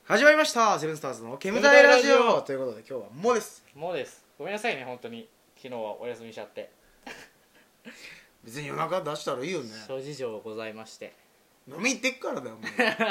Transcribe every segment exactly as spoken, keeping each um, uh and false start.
始まりましたセブンスターズの煙たいラジオということで今日はモです。 もうです。ごめんなさいね、本当に昨日はお休みしちゃって別に夜中出したらいいよね。 諸事情ございまして飲み行ってっからだよも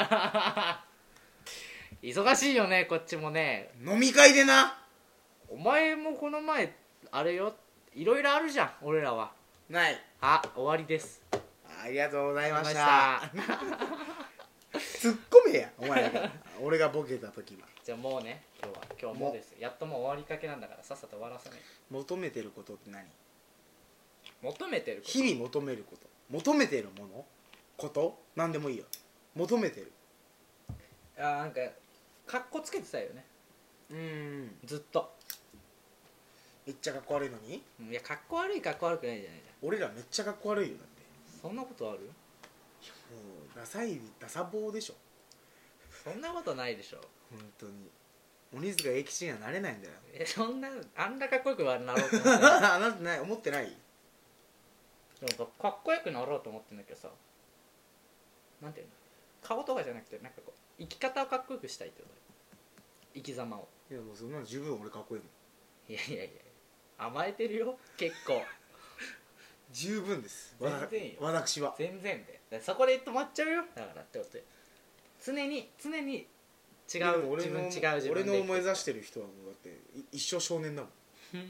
う忙しいよねこっちもね。 う飲み会でな。 お前もこの前あれよ、いろいろあるじゃん俺らは。 ない。 あ、終わりです。 ありがとうございましあたツッコめやお前だから俺がボケた時は。 じゃあもうね、今日は今日もうです。やっともう終わりかけなんだからさっさと終わらせない。 求めてることって何？ 求めてること、 日々求めること、求めてるものこと何でもいいよ。求めてる。 あ、なんかカッコつけてたよねうーんずっと。 めっちゃかっこ悪いのに。 いや、かっこ悪いかっこ悪くないじゃないじ俺らめっちゃかっこ悪いよ。だってゃん。そんなことある？ もうダサいダサ坊でしょ。 そんなことないでしょ。 本当に鬼塚英吉にはなれないんだよえ、そんなあんなかっこよくなろうと思ってないあなたない思ってない。 でもかっこよくなろうと思ってんだけどさ、なんていうの、顔とかじゃなくてなんかこう生き方をかっこよくしたいってこと。生き様を。 いやもうそんなの十分俺かっこいいもん。 いやいやいや、甘えてるよ結構十分です。 全然よ私は全然で。だそこで止まっちゃうよだからってことで。常に常に違う自分、 俺の違う自分で俺の目指してる人はもうだって一生少年だもん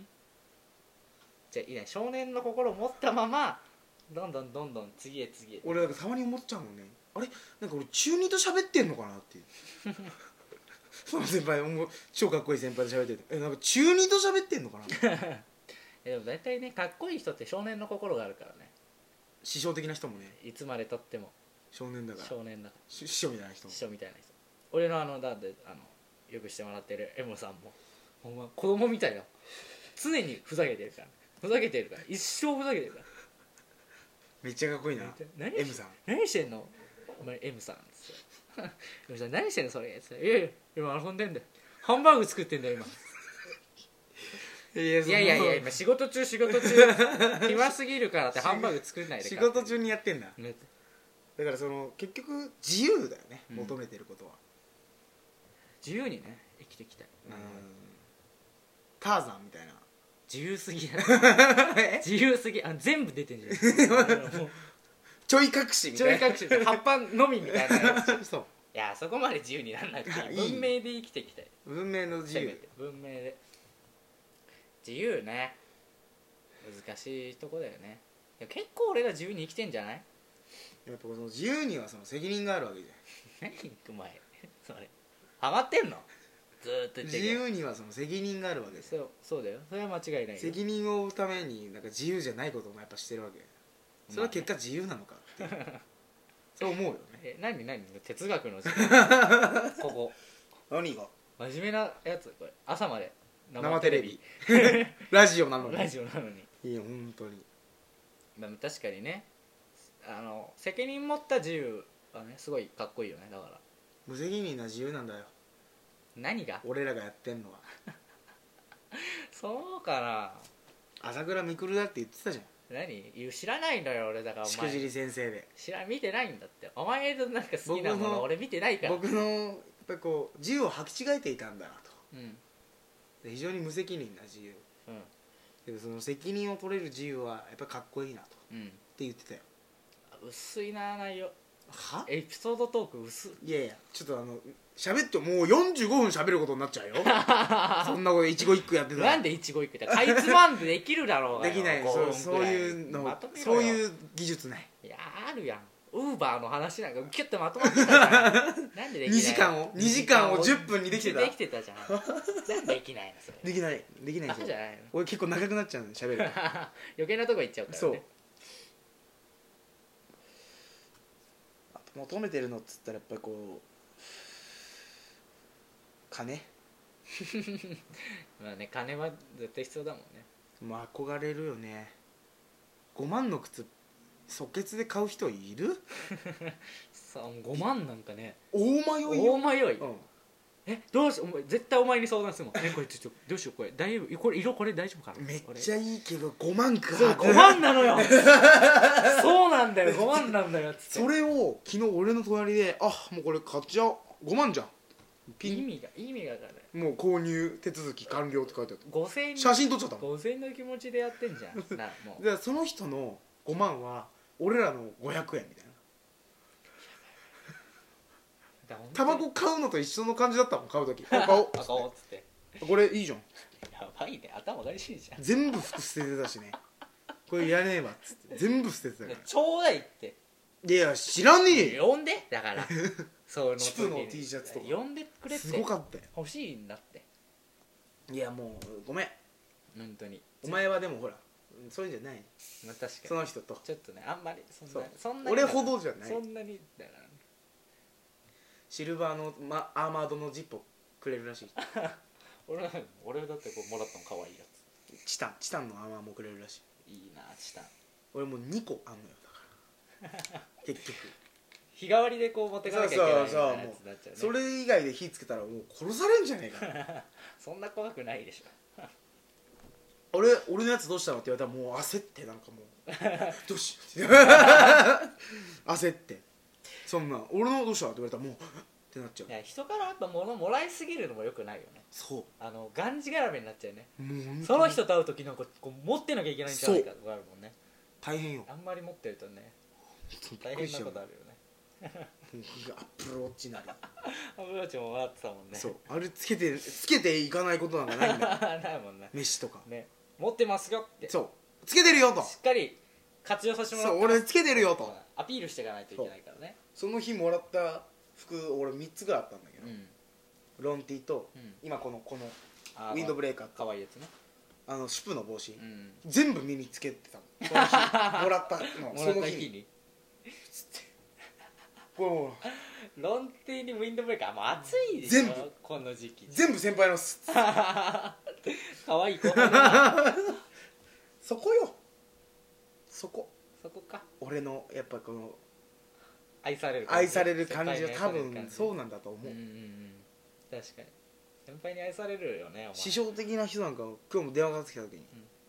じゃあいいね、少年の心を持ったままどんどんどんどん次へ次へ。 俺なんかたまに思っちゃうもんね。あれなんか俺中二と喋ってんのかなっていうその先輩もう超かっこいい先輩と喋ってて、えなんか中二と喋ってんのかなでも大体ね、かっこいい人って少年の心があるからね。 師匠的な人もねいつまでたっても少年だから少年だから師匠みたいな人も師匠みたいな人。俺のあのだってあのよくしてもらってるエモさんもほんま子供みたいな、常にふざけてるから、ふざけてるから一生ふざけてるから。 めっちゃかっこいいな。 何 M さん何してんのお前 M さんですよM さん何してんのそれって。いやいや今遊んでんだよ、ハンバーグ作ってんだよ今いやいやいやいや今仕事中仕事中暇すぎるからってハンバーグ作んないで仕事中にやってんだ。 ね、 だからその結局自由だよね、 うん求めてることは。 自由にね生きていきたい。 うんターザンみたいな自由すぎや自由すぎ、あ全部出てんじゃんもうちょい隠しみちょたいない隠し葉っぱのみみたいなやつそういやそこまで自由にならなくていい。 いい文明で生きていきたい。 文明の自由せめて文明で自由ね。難しいとこだよね。いや結構俺ら自由に生きてんじゃない？ やっぱその自由にはその責任があるわけじゃん。 何お前それハマってんのずーっと言って自るけど。 由にはその責任があるわけです。 そうそうだよ、それは間違いないよ。 責任を負うためになんか自由じゃないこともやっぱしてるわけ。それは結果自由なのかっていうそう思うよね。 え何何哲学の時間ここ何が真面目なやつこれ朝まで生テレビラジオなのにラジオなのに。 いや本当にまあ確かにね、あの責任持った自由はねすごいかっこいいよね。だから無責任な自由なんだよ何が俺らがやってんのは。 そうかな。 朝倉未来だって言ってたじゃん、 何言う知らないのよ俺。だからお前しくじり先生で。 知ら見てないんだって。お前のなんか好きなも僕のの俺見てないから。 僕のやっぱりこう自由を履き違えていたんだなと。 うんで非常に無責任な自由うんでもその責任を取れる自由はやっぱりかっこいいなとっうんて言ってたよ。 薄いな内容。 はエピソードトーク薄い。 いやいやちょっとあの喋ってもうよんじゅうごふん喋ることになっちゃうよそんなこと一期一句やってたらなんで一期一会だかいつまんでできるだろうがよ。 できない。そうそういうのまとめろよ。 そういう技術ない。 いやあるやん。ウーバーの話なんかキュッとまとまってたじゃんなんでできないの。 にじかんをにじかんをじゅっぷんにできてたできてたじゃんなんでできないのそれ。 できないできないバですよカじゃないの俺結構長くなっちゃうんで喋る余計なとこ行っちゃうからね。 そうあと求めてるのっつったらやっぱりこう金まあね、金は絶対必要だもんね。 もう憧れるよね。ごまんの靴即決で買う人いる？ さあごまんなんかね大迷いよ。 大迷い、 うん、 えどうしお前絶対お前に相談するもんえこれちょっとどうしようこれ大丈夫これ色これ大丈夫かな。 めっちゃいいけどごまんか。 そうごまんなのよそうなんだよごまんなんだよっつって。 それを昨日俺の隣であもうこれ買っちゃおうごまんじゃんっピン意味が意味が分からない。 もう購入手続き完了って書いてあった。 ごせんえん写真撮っちゃったもん。 ごせんえんの気持ちでやってんじゃんなもうだからその人のごまんは俺らのごひゃくえんみたいな。 だからタバコ買うのと一緒の感じだったもん、買う時。あ買おうあ買おうっつってこれいいじゃん。 やばいね、頭おかしいじゃん。 全部服捨ててたしね。これいらねえわっつって全部捨ててたから。 ちょうだいって。 いや知らねえよ。 呼んでだからそのチプの T シャツとか呼んでくれって。 すごかったよ。 欲しいんだって。 いやもうごめん。 本当にお前はでもほらそういうんじゃない。 まあ確かにその人とちょっとねあんまりそんそうなそんなに俺ほどじゃない。 そんなにだからね。 シルバーの、ま、アーマードのジップをくれるらしい。 俺は俺だってこうもらったの可愛いやチタンチタンのアーマーもくれるらしい。 つ。いいなチタン。 俺もうにこあんのよだから結局日替わりでこう持ってかなきゃいけないみたいなやつになっちゃうね。 それ以外で火つけたらもう殺されんじゃねえかそんな怖くないでしょ。 俺俺のやつどうしたのって言われたらもう焦ってなんかもうどうしよう焦ってそんな俺のどうしたって言われたらもうってなっちゃう。 いや人からやっぱ物もらいすぎるのもよくないよね。 そあのがんじがらめになっちゃうね。 うもう本当にその人と会う時なんかこう持ってなきゃいけないんじゃないかとかあるもんね。 大変よ。 あんまり持ってるとね大変なびっくりしちゃうことあるよね。 もうアップルウォッチなりアブローチももらってたもんね。 そうあれつけてつけていかないことなんかないんだよないもんね。 飯とかね持ってますよってしそうつけてるよとっかり活用させてもらってそう俺つけてるよとアピールしていかないといけないからね。 その日もらった服俺みっつぐらいあったんだけど、 うんロンティーと、 うん今このこのあウィンドブレーカーとかわいいやつね。 あのシュプの帽子、 うん全部身につけてたもんその日もらったのもらっその日にた日にこれもうロンティーにウィンドブレーカーもう暑いでしょ全部この時期。 全部先輩のすかわいい後輩だな。 そこよそこそこか俺のやっぱこの愛される愛される感じは多先輩に愛される感じ分そうなんだと思う、 うんうんうん確かに先輩に愛されるよねお前。 師匠的な人なんか今日も電話かかってきた時に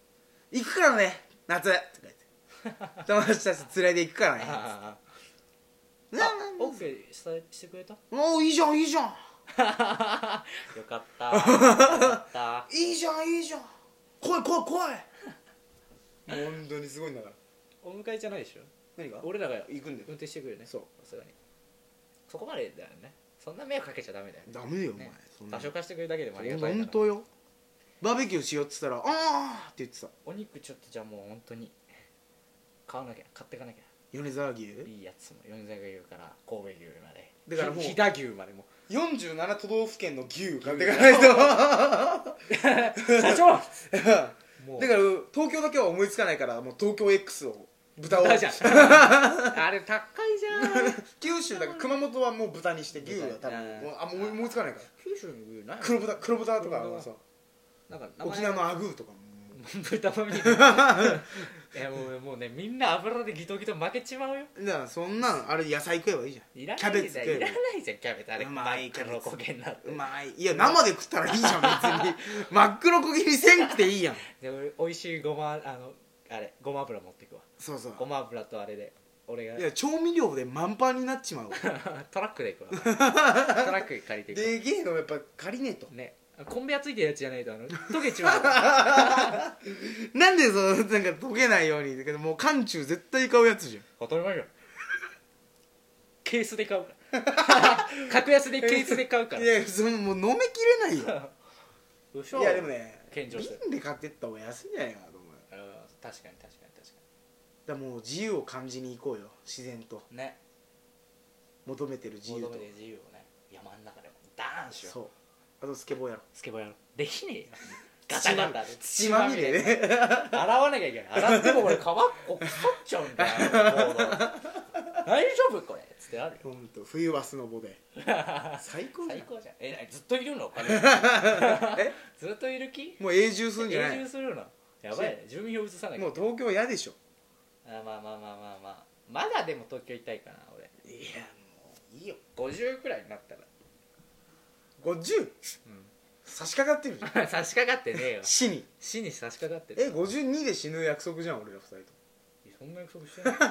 「行くからね夏」とか言って友達たち連れて行くからねあなあオッケーしてしてくれた。 もういいじゃんいいじゃんよかったよかったいいじゃんいいじゃん来い来い来いもう本当にすごいんだから。 お迎えじゃないでしょ。 何が俺らが行くんだよ運転してくるよね。 そうさすがにそこまでだよね。そんな迷惑かけちゃダメだよ。 ダメよお前、 ねそんな場所貸してくれるだけでもありがたいから。 本当よ。バーベキューしようっつったら「ああ」って言ってた。 お肉ちょっとじゃあもう本当に買わなきゃ買ってかなきゃ。 米沢牛いいやつも米沢牛から神戸牛までだからもう飛騨牛までもよんじゅうなな都道府県の牛買ってかないと社長もうだから東京だけは思いつかないからもう東京 X を豚を豚じゃんあれ高いじゃん。 九州だから熊本はもう豚にして牛は多豚分もうあもう思いつかないから九州の牛ない黒豚黒豚とか黒豚はさなんか名前沖縄のアグーとかも豚まみれいやもうもうねみんな油でギトギト負けちまうよ。 だからそんなんあれ野菜食えばいいじゃんいらキャないじゃんいベツ食えばいいらないじゃんキャベツあれうまい真っ黒焦げになってうまいいや生で食ったらいいじゃん別に真っ黒焦げにせんくていいやんで俺美味しいごまあのあれごま油持ってくわ。 そうそうごま油とあれで俺がいや調味料で満帆になっちまうわトラックで行くわトラック借りていくわでげえのやっぱ借りねえとねコンベヤついてるやつじゃないとあの溶けちまうなんでそのなんか溶けないようにだけどもう缶中絶対買うやつじゃん当たり前よケースで買うから格安でケースで買うからいやそのもう飲みきれないようそいやでもね献上してる瓶で買ってった方が安いんじゃないかなと思うよだかうん確かに確かに確らもう自由を感じに行こうよ自然とかにね求めてる自由と求めて自由をね山の中でもダーンしよう。 そうあとスケボーやろスケボーやろうできねえよガタガタで土まみれね洗わなきゃいけない洗ってもこれ皮こ腐っちゃうんだよボード大丈夫これっつってあるよほんと冬はスノボで最高じゃん最高じゃんえずっといるのお金えずっといる気もう永住するんじゃな永い住するのやばいね住民票移さなきゃもう東京嫌でしょあまあまあまあまあまあまだでも東京行きたいかな俺いやもういいよごじゅうくらいになったらごじゅう差し掛かってるじゃん差し掛かってねえよ死に死に差し掛かってるえごじゅうにで死ぬ約束じゃん俺らふたりとそんな約束してない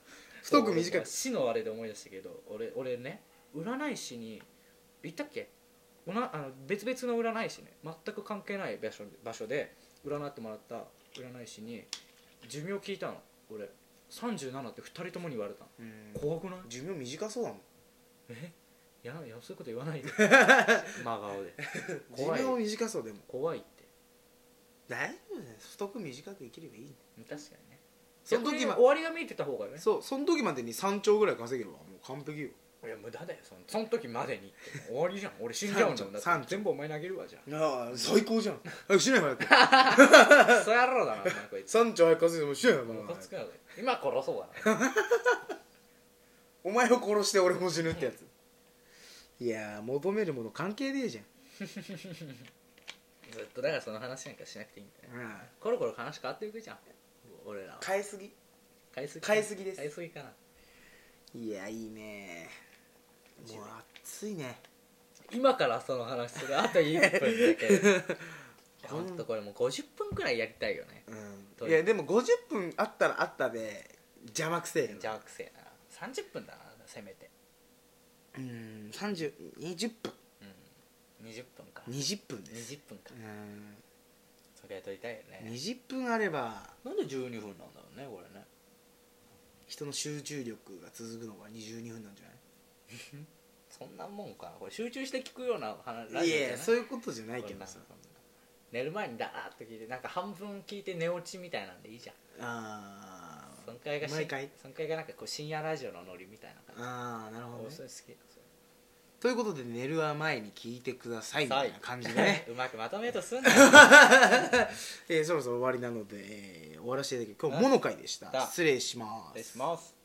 太く短く死のあれで思い出したけど俺俺ね占い師に言ったっけおなあの別々の占い師ね、全く関係ない場所場所で占ってもらった占い師に寿命聞いたの。俺さんじゅうななってふたりともに言われたの。 うん怖くない？ 寿命短そうだもん。 えいやいやそういうこと言わないで真顔で寿怖い命短そうでも怖いって。 大丈夫だよ。太く短く生きればいいんだよ。 確かにね。 その時ま逆に終わりが見えてた方がね。 そうその時までにさんちょうぐらい稼げればもう完璧よ。 いや無駄だよその、その時までにって終わりじゃん。俺死んじゃうんだもん。だって三丁全部お前投げるわじゃん。 ああ最高じゃん。早くしない早くそうやろうだなお前こいつ。 さんちょう早く稼いでもしないよムカつくやろ今殺そうだなお前を殺して俺も死ぬってやついやー求めるもの関係ねえじゃん。 ずっとだからその話なんかしなくていいんだよ。 ああコロコロ話変わっていくじゃん俺らは。 変えすぎ。 買いすぎ買いすぎです買いすぎかな。 いやいいね。もう暑いね。 今からその話するあといっぷんだけほんとこれもうごじゅっぷんくらいやりたいよね。 うん、いやでもごじゅっぷんあったらあったで邪魔くせえよ。 邪魔くせえな。さんじゅっぷんだなせめて。 うんさんじゅう、にじゅっぷんうんにじゅっぷんか。 にじゅっぷんです。 にじゅっぷんか。 うんそれやとりたいよね。 にじゅっぷんあればなんでじゅうにふんなんだろうねこれね。 人の集中力が続くのがにじゅうにふんなんじゃない？ そんなもんかなこれ。集中して聞くような話ラジオいじゃないやそういうことじゃないけどさ。 寝る前にダーッと聞いてなんか半分聞いて寝落ちみたいなんでいいじゃん。 ああそんくらいがし毎回そんくらいがなんかこう深夜ラジオのノリみたいな感じ。 ああなるほど、ね俺、それ好き。 ということで寝るは前に聞いてくださいみたいな感じでねうまくまとめようとすんなよえーそろそろ終わりなので、えー終わらせていただき今日モノ回でした。 だ失礼します。 失礼します。